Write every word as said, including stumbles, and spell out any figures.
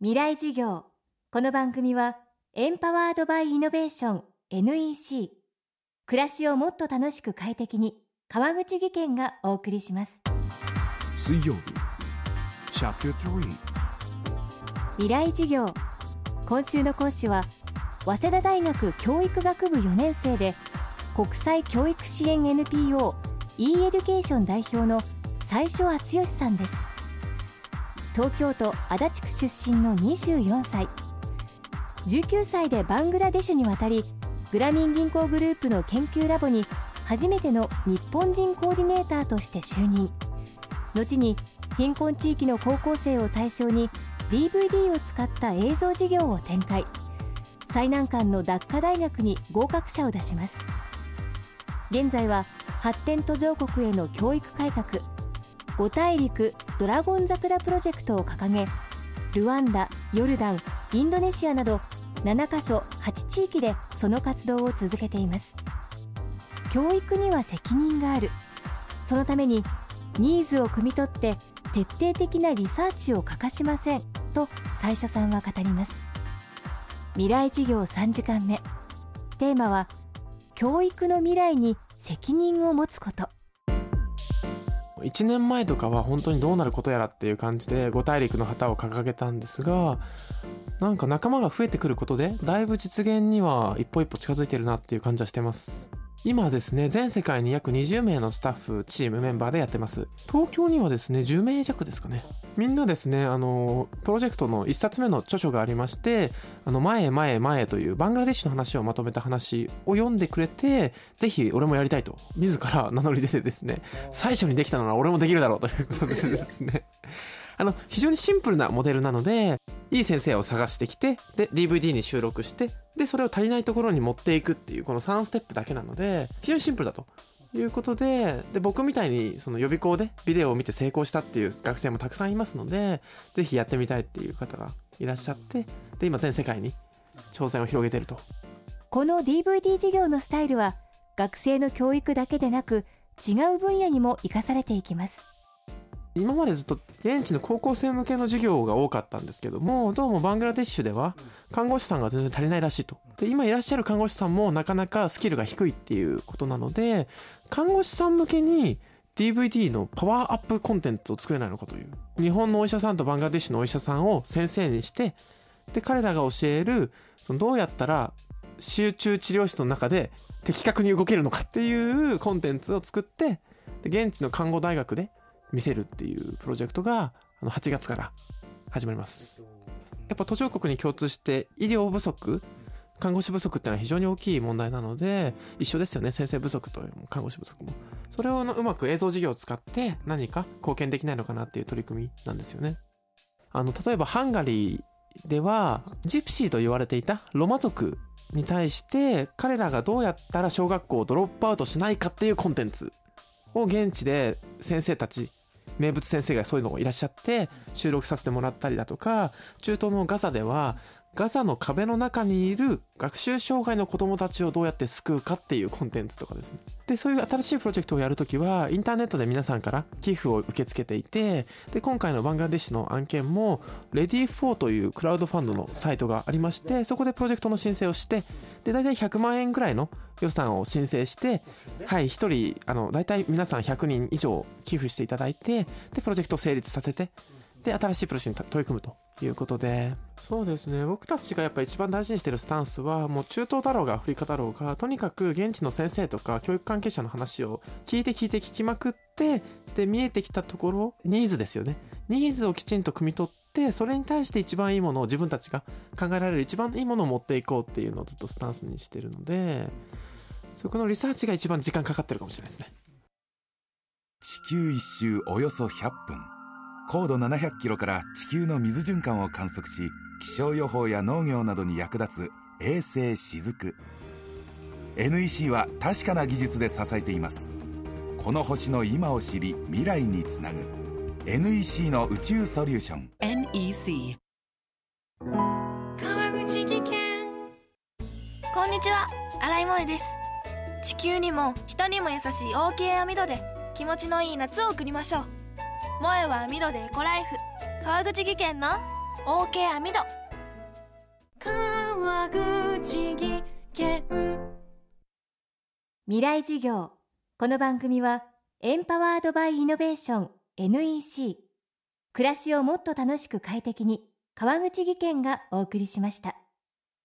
未来授業。この番組はエンパワードバイイノベーション エヌイーシー 暮らしをもっと楽しく快適に川口義賢がお送りします。 水曜日チャプタースリー未来授業。今週の講師は早稲田大学教育学部よねん生で国際教育支援 エヌピーオー e エデュケーション代表の斉所敦義さんです。東京都足立区出身のにじゅうよんさい。じゅうきゅうさいでバングラデシュに渡り、グラミン銀行グループの研究ラボに初めての日本人コーディネーターとして就任。後に貧困地域の高校生を対象に ディーブイディー を使った映像事業を展開。最難関のダッカ大学に合格者を出します。現在は発展途上国への教育改革、五大陸ドラゴン桜プロジェクトを掲げ、ルワンダ、ヨルダン、インドネシアなどななカ所はち地域でその活動を続けています。教育には責任がある。そのためにニーズを汲み取って徹底的なリサーチを欠かしませんと斉所さんは語ります。未来授業さんじかんめ。テーマは教育の未来に責任を持つこと。 いちねんまえとかは本当にどうなることやらっていう感じで五大陸の旗を掲げたんですが、なんか仲間が増えてくることでだいぶ実現には一歩一歩近づいてるなっていう感じはしてます。今ですね、全世界に約にじゅうめいのスタッフチームメンバーでやってます。東京にはですねじゅうめい弱ですかね。みんなですね、あのプロジェクトのいっさつめの著書がありまして、あの前へ前へ前へというバングラデシュの話をまとめた話を読んでくれて、ぜひ俺もやりたいと自ら名乗り出てですね、最初にできたなら俺もできるだろうということでですねあの非常にシンプルなモデルなので、いい先生を探してきて、で ディーブイディー に収録して、でそれを足りないところに持っていくっていうこのさんステップだけなので非常にシンプルだということで、で僕みたいにその予備校でビデオを見て成功したっていう学生もたくさんいますので、ぜひやってみたいっていう方がいらっしゃって、で今全世界に挑戦を広げていると。 この ディーブイディー 事業のスタイルは学生の教育だけでなく違う分野にも生かされていきます。 今までずっと現地の高校生向けの授業が多かったんですけども、どうもバングラデシュでは看護師さんが全然足りないらしいと。で今いらっしゃる看護師さんもなかなかスキルが低いっていうことなので、看護師さん向けに ディーブイディー のパワーアップコンテンツを作れないのかという。日本のお医者さんとバングラデシュのお医者さんを先生にして、で彼らが教えるそのどうやったら集中治療室の中で的確に動けるのかっていうコンテンツを作って、で現地の看護大学で見せるっていうプロジェクトがはちがつから始まります。やっぱ途上国に共通して医療不足、看護師不足ってのは非常に大きい問題なので、一緒ですよね、先生不足と看護師不足も。それをうまく映像事業を使って何か貢献できないのかなっていう取り組みなんですよね。あの例えばハンガリーではジプシーと言われていたロマ族に対して、彼らがどうやったら小学校をドロップアウトしないかっていうコンテンツを現地で先生たち、名物先生がそういうのがいらっしゃって収録させてもらったりだとか、中東のガザではガザの壁の中にいる学習障害の子どもたちをどうやって救うかっていうコンテンツとかですね。でそういう新しいプロジェクトをやるときはインターネットで皆さんから寄付を受け付けていて、で今回のバングラデシュの案件も レディーフォー というクラウドファンドのサイトがありまして、そこでプロジェクトの申請をして、で大体ひゃくまんえんぐらいの予算を申請して、はいひとりあの大体皆さんひゃくにん以上寄付していただいて、でプロジェクトを成立させて、で新しいプロジェクトに取り組むということで、そうですね、僕たちがやっぱ一番大事にしてるスタンスは、もう中東だろうがアフリカだろうが、とにかく現地の先生とか教育関係者の話を聞いて聞いて聞きまくって、で見えてきたところ、ニーズですよね、ニーズをきちんと汲み取って、それに対して一番いいものを、自分たちが考えられる一番いいものを持っていこうっていうのをずっとスタンスにしてるので、そこのリサーチが一番時間かかってるかもしれないですね。 地球一周およそひゃっぷん、高度ななひゃくキロから地球の水循環を観測し、気象予報や農業などに役立つ衛星しずく。 エヌイーシー は確かな技術で支えています。この星の今を知り未来につなぐ エヌイーシー の宇宙ソリューション。 エヌイーシー川口技研。こんにちは、新井萌です。地球にも人にも優しい オーケー 網戸で気持ちのいい夏を送りましょう。萌は網戸でエコライフ。川口技研のオーケー 網戸。 川口技研。未来授業。この番組はエンパワードバイイノベーション エヌイーシー、 暮らしをもっと楽しく快適に、川口技研がお送りしました。